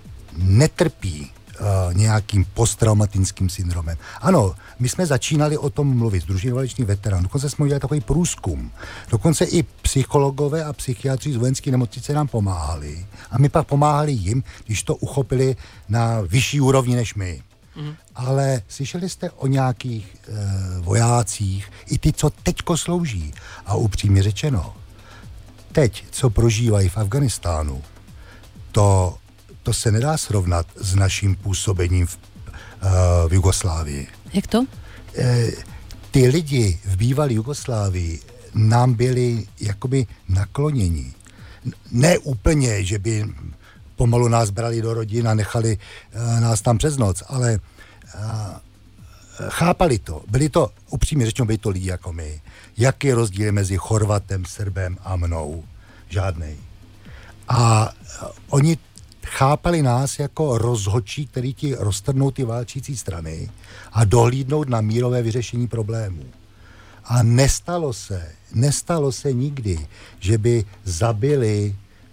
netrpí uh, nějakým posttraumatickým syndromem. Ano, my jsme začínali o tom mluvit, Sdružení válečných veteránů. Dokonce jsme udělali takový průzkum. Dokonce i psychologové a psychiatři z vojenské nemocnice nám pomáhali. A my pak pomáhali jim, když to uchopili na vyšší úrovni než my. Mm. Ale slyšeli jste o nějakých e, vojácích, i ty, co teďko slouží. A upřímně řečeno, teď, co prožívají v Afghánistánu, to, to se nedá srovnat s naším působením v, e, v Jugoslávii. Jak to? E, ty lidi v bývalé Jugoslávii nám byli jakoby nakloněni. Ne úplně, že by pomalu nás brali do rodin a nechali uh, nás tam přes noc, ale uh, chápali to. Byli to, upřímně řečeno, byli to lidi jako my. Jaký je rozdíl mezi Chorvatem, Srbem a mnou? Žádnej. A uh, oni chápali nás jako rozhodčí, který ti roztrhnou ty válčící strany a dohlídnout na mírové vyřešení problémů. A nestalo se, nestalo se nikdy, že by zabili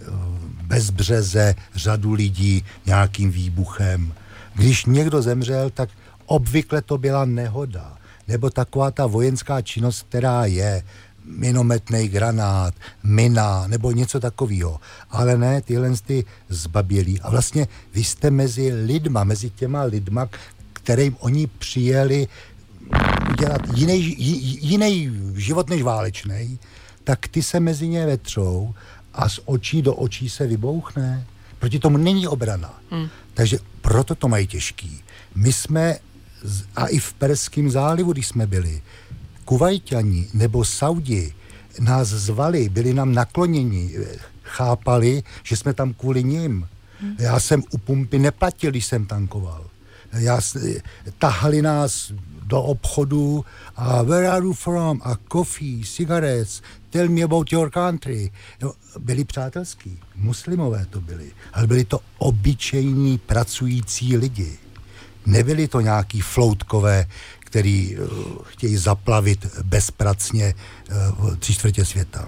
bezbřeze řadu lidí nějakým výbuchem. Když někdo zemřel, tak obvykle to byla nehoda. Nebo taková ta vojenská činnost, která je minometný granát, mina nebo něco takového. Ale ne tyhle ty zbabělí. A vlastně vy jste mezi lidma, mezi těma lidma, kterým oni přijeli udělat jiný, jiný život než válečný, tak ty se mezi ně vetřou a z očí do očí se vybouchne. Proti tomu není obrana. Hmm. Takže proto to mají těžký. My jsme, a i v Perském zálivu, když jsme byli, Kuvajťani nebo Saudi nás zvali, byli nám nakloněni, chápali, že jsme tam kvůli nim. Hmm. Já jsem u pumpy neplatil, když jsem tankoval. Já, tahali nás do obchodu a where are you from? A coffee, cigarettes, tell me about your country. No, byli přátelský, muslimové to byli, ale byli to obyčejní pracující lidi. Nebyli to nějaký floutkové, který uh, chtějí zaplavit bezpracně uh, tři čtvrtě světa.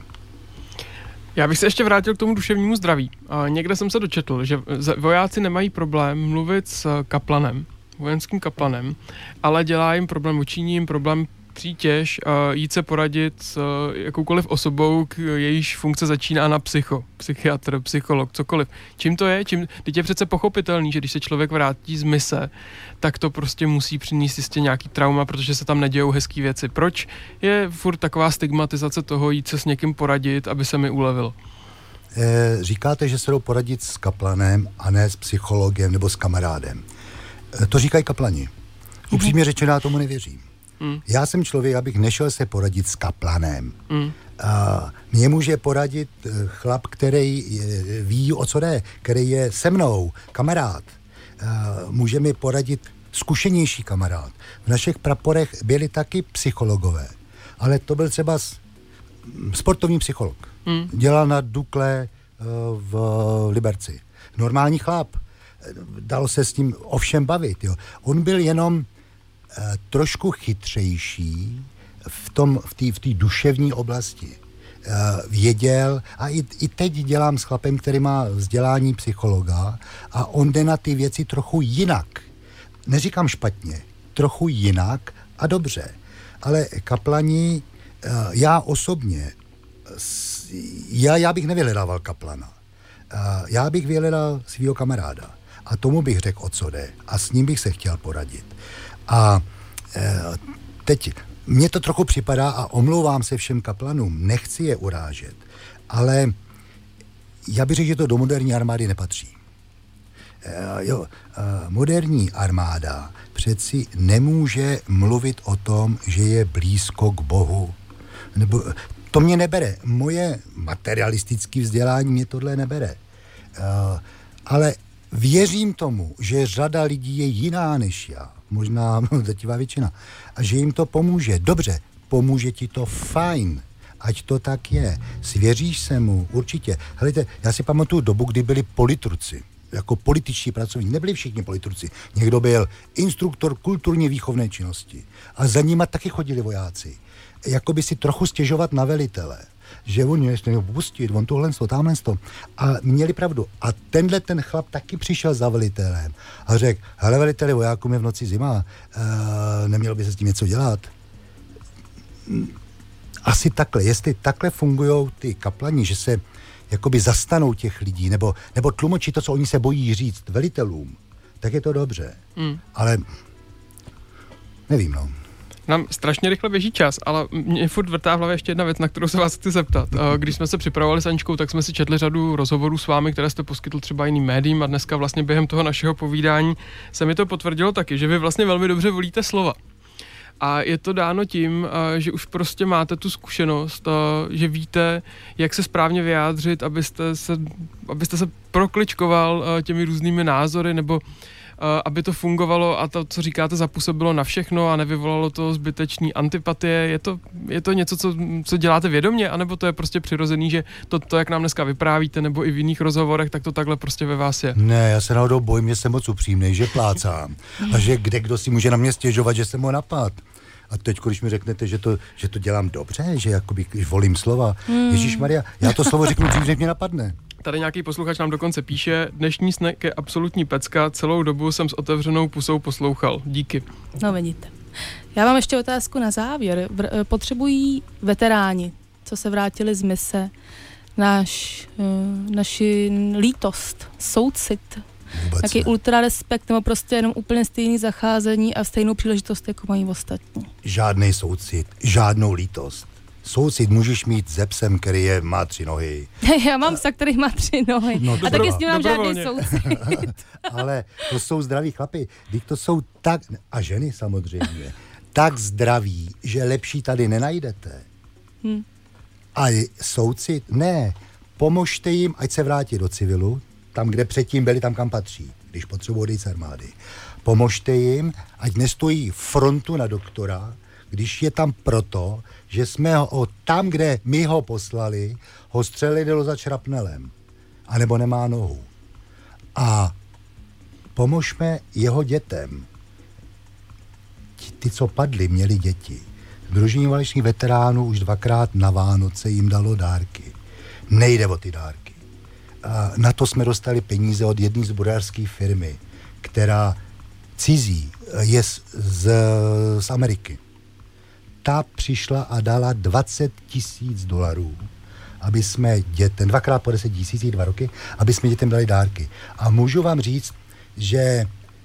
Já bych se ještě vrátil k tomu duševnímu zdraví. A někde jsem se dočetl, že vojáci nemají problém mluvit s kaplanem, vojenským kaplanem, ale dělá jim problém, učiní jim problém přítěž a jít se poradit s jakoukoliv osobou, k jejíž funkce začíná na psycho, psychiatr, psycholog, cokoliv. Čím to je? Čím, teď je přece pochopitelný, že když se člověk vrátí z mise, tak to prostě musí přinést jistě nějaký trauma, protože se tam nedějou hezký věci. Proč je furt taková stigmatizace toho jít se s někým poradit, aby se mi ulevil? E, říkáte, že se jdou poradit s kaplanem a ne s psychologem nebo s kamarádem. E, to říkají kaplani. Upřímně řečeno, já tomu nevěřím. Mm. Já jsem člověk, abych nešel se poradit s kaplanem. Mm. A mě může poradit chlap, který ví, o co jde, který je se mnou, kamarád. A může mi poradit zkušenější kamarád. V našich praporech byli taky psychologové, ale to byl třeba sportovní psycholog. Mm. Dělal na Dukle v Liberci. Normální chlap. Dalo se s ním ovšem bavit. Jo. On byl jenom trošku chytřejší v tom, v té v té duševní oblasti. Věděl, a i, i teď dělám s chlapem, který má vzdělání psychologa a on jde na ty věci trochu jinak. Neříkám špatně, trochu jinak a dobře. Ale kaplani, já osobně, já, já bych nevyhledával kaplana. Já bych vyhledal svýho kamaráda a tomu bych řekl, o co jde a s ním bych se chtěl poradit. A e, teď mně to trochu připadá a omlouvám se všem kaplanům, nechci je urážet, ale já bych řekl, že to do moderní armády nepatří. E, jo, e, moderní armáda přeci nemůže mluvit o tom, že je blízko k Bohu. Nebo, to mě nebere. Moje materialistické vzdělání mě tohle nebere. E, ale věřím tomu, že řada lidí je jiná než já. Možná drtivá většina. A že jim to pomůže. Dobře, pomůže ti to fajn. Ať to tak je. Svěříš se mu, určitě. Helejte, já si pamatuju dobu, kdy byli politruci. Jako političtí pracovníci. Nebyli všichni politruci. Někdo byl instruktor kulturně výchovné činnosti. A za nima taky chodili vojáci. Jakoby si trochu stěžovat na velitele. Že on ještě neho pustit, on tohle, tamhle. A měli pravdu. A tenhle ten chlap taky přišel za velitelem a řekl, hele veliteli, vojákům je v noci zima, e, nemělo by se s tím něco dělat. Asi takhle. Jestli takhle fungujou ty kaplani, že se jakoby zastanou těch lidí, nebo, nebo tlumočí to, co oni se bojí říct velitelům, tak je to dobře. Mm. Ale nevím, no. Nám strašně rychle běží čas, ale mě furt vrtá v hlavě ještě jedna věc, na kterou se vás chci zeptat. Když jsme se připravovali s Aničkou, tak jsme si četli řadu rozhovorů s vámi, které jste poskytl třeba jiným médiím a dneska vlastně během toho našeho povídání se mi to potvrdilo taky, že vy vlastně velmi dobře volíte slova. A je to dáno tím, že už prostě máte tu zkušenost, že víte, jak se správně vyjádřit, abyste se, abyste se prokličkoval těmi různými názory, nebo aby to fungovalo a to, co říkáte, zapůsobilo na všechno a nevyvolalo to zbytečný antipatie. Je to, je to něco, co, co děláte vědomě, anebo to je prostě přirozený, že to, to, jak nám dneska vyprávíte, nebo i v jiných rozhovorech, tak to takhle prostě ve vás je? Ne, já se náhodou bojím, že jsem moc upřímnej, že plácám. A že kde kdo si může na mě stěžovat, že jsem ho napad. A teď, když mi řeknete, že to, že to dělám dobře, že jakoby, když volím slova, hmm. Ježíšmarja, já to slovo řeknu dřív, než mě napadne. Tady nějaký posluchač nám dokonce píše, dnešní snack je absolutní pecka, celou dobu jsem s otevřenou pusou poslouchal. Díky. No vidíte. Já mám ještě otázku na závěr. Potřebují veteráni co se vrátili z mise, náš, uh, naši lítost, soucit, Vůbec nějaký ne. ultrarespekt nebo prostě jenom úplně stejný zacházení a stejnou příležitost, jako mají ostatní. Žádný soucit, žádnou lítost. Soucit můžeš mít se psem, který je, má tři nohy. Já mám psa, který má tři nohy. No, A dobro- taky s ním mám žádný dobrovolně. soucit. Ale to jsou zdraví chlapi. Teď to jsou tak, a ženy samozřejmě, tak zdraví, že lepší tady nenajdete. Hmm. A je soucit? Ne. Pomožte jim, ať se vrátí do civilu, tam, kde předtím byli, tam, kam patří, když potřebují odejít z armády. Pomožte jim, ať nestojí frontu na doktora, když je tam proto, že jsme ho tam, kde my ho poslali, ho střelili za šrapnelem. A nebo nemá nohu. A pomožme jeho dětem. Ti, ty, co padli, měli děti. Sdružení válečných veteránů už dvakrát na Vánoce jim dalo dárky. Nejde o ty dárky. A na to jsme dostali peníze od jedné zbrojařské firmy, která cizí je z, z, z Ameriky. Ta přišla a dala dvacet tisíc dolarů, aby jsme dětem, dvakrát po deset tisíc, dva roky, aby jsme dětem dali dárky. A můžu vám říct, že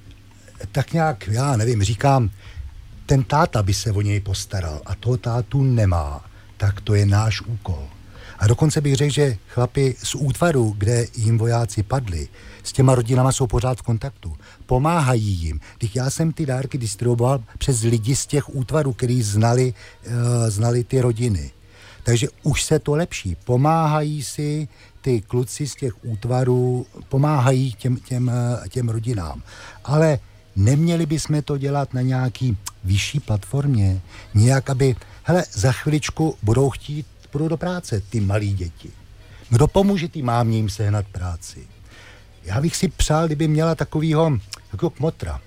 tak nějak, já nevím, říkám, ten táta by se o něj postaral a toho tátu nemá, tak to je náš úkol. A dokonce bych řekl, že chlapi z útvaru, kde jim vojáci padli, s těma rodinama jsou pořád v kontaktu. Pomáhají jim. Když já jsem ty dárky distribuoval přes lidi z těch útvarů, kteří znali, uh, znali ty rodiny. Takže už se to lepší. Pomáhají si ty kluci z těch útvarů, pomáhají těm, těm, těm rodinám. Ale neměli bychom to dělat na nějaký vyšší platformě. Nějak, aby, hele, za chviličku budou chtít, budou do práce ty malí děti. Kdo pomůže ty mámě jim sehnat práci? Já bych si přál, kdyby měla takovýho, jako kmotra.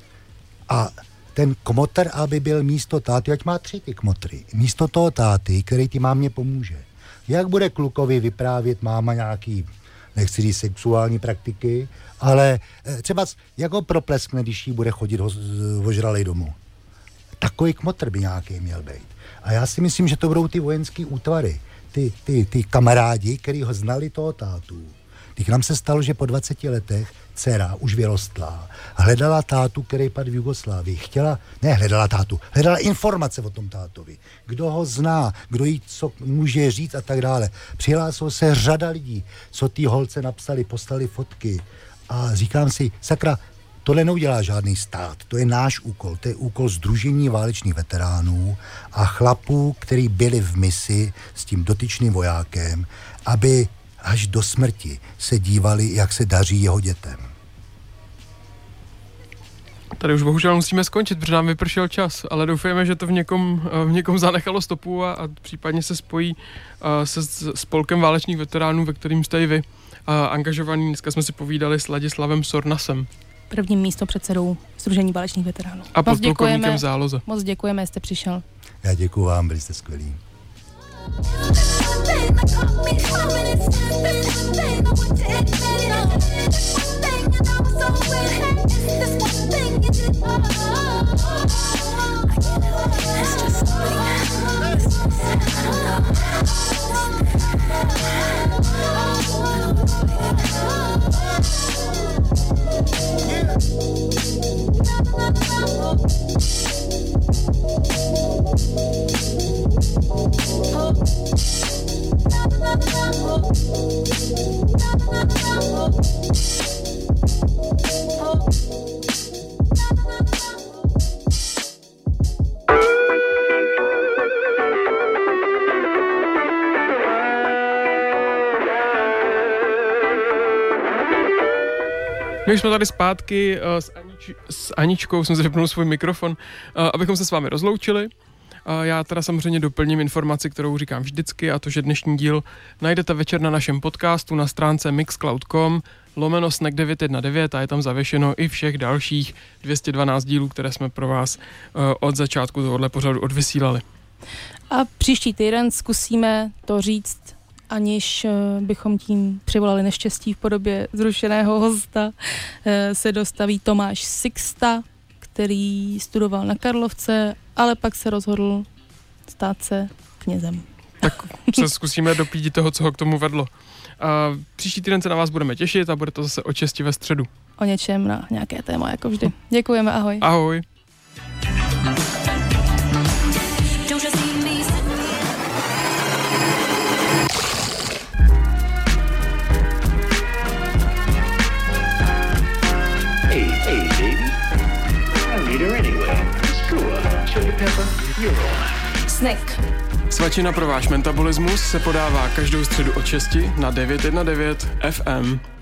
A ten kmotr, aby byl místo táty, ať má tři ty kmotry, místo toho táty, který ty mámě pomůže. Jak bude klukovi vyprávět máma nějaký, nechci říct sexuální praktiky, ale třeba jak ho propleskne, když jí bude chodit ho, ožralej domů. Takový kmotr by nějaký měl být. A já si myslím, že to budou ty vojenský útvary, ty, ty, ty kamarádi, který ho znali toho tátu. Když nám se stalo, že po dvaceti letech dcera už vyrostla, hledala tátu, který padl v Jugoslávii. Chtěla, ne hledala tátu, hledala informace o tom tátovi. Kdo ho zná, kdo jí co může říct a tak dále. Přihlásilo se řada lidí, co ty holce napsali, poslali fotky. A říkám si, sakra, tohle neudělá žádný stát, to je náš úkol, to je úkol Sdružení válečných veteránů a chlapů, který byli v misi s tím dotyčným vojákem, aby až do smrti se dívali, jak se daří jeho dětem. Tady už bohužel musíme skončit, protože nám vypršel čas, ale doufujeme, že to v někom, v někom zanechalo stopu a, a případně se spojí a, se s spolkem válečných veteránů, ve kterým jste i vy a, angažovaný. Dneska jsme si povídali s Ladislavem Sornasem. Prvním místopředsedou Sdružení válečných veteránů. A podplukovníkem v záloze. Moc děkujeme, že jste přišel. Já děkuju vám, byli jste skvělí. My jsme tady zpátky uh, s, Anič, s Aničkou, jsem si vypnul svůj mikrofon, uh, abychom se s vámi rozloučili. Uh, já teda samozřejmě doplním informaci, kterou říkám vždycky, a to, že dnešní díl najdete večer na našem podcastu na stránce mixcloud tečka com lomeno snack devět jedna devět a je tam zavěšeno i všech dalších dvě stě dvanáct dílů, které jsme pro vás uh, od začátku tohohle pořadu odvysílali. A příští týden zkusíme to říct, aniž bychom tím přivolali neštěstí v podobě zrušeného hosta, se dostaví Tomáš Sixta, který studoval na Karlovce, ale pak se rozhodl stát se knězem. Tak se zkusíme dopídit toho, co ho k tomu vedlo. A příští týden se na vás budeme těšit a bude to zase o česti ve středu. O něčem na nějaké téma, jako vždy. Děkujeme, ahoj. Ahoj. Hey, hey, baby. I don't need her anyway. Screw her. Sugar pepper, you're on. Snack. Svačina pro váš metabolismus se podává každou středu od šesti na devět jedna devět F M.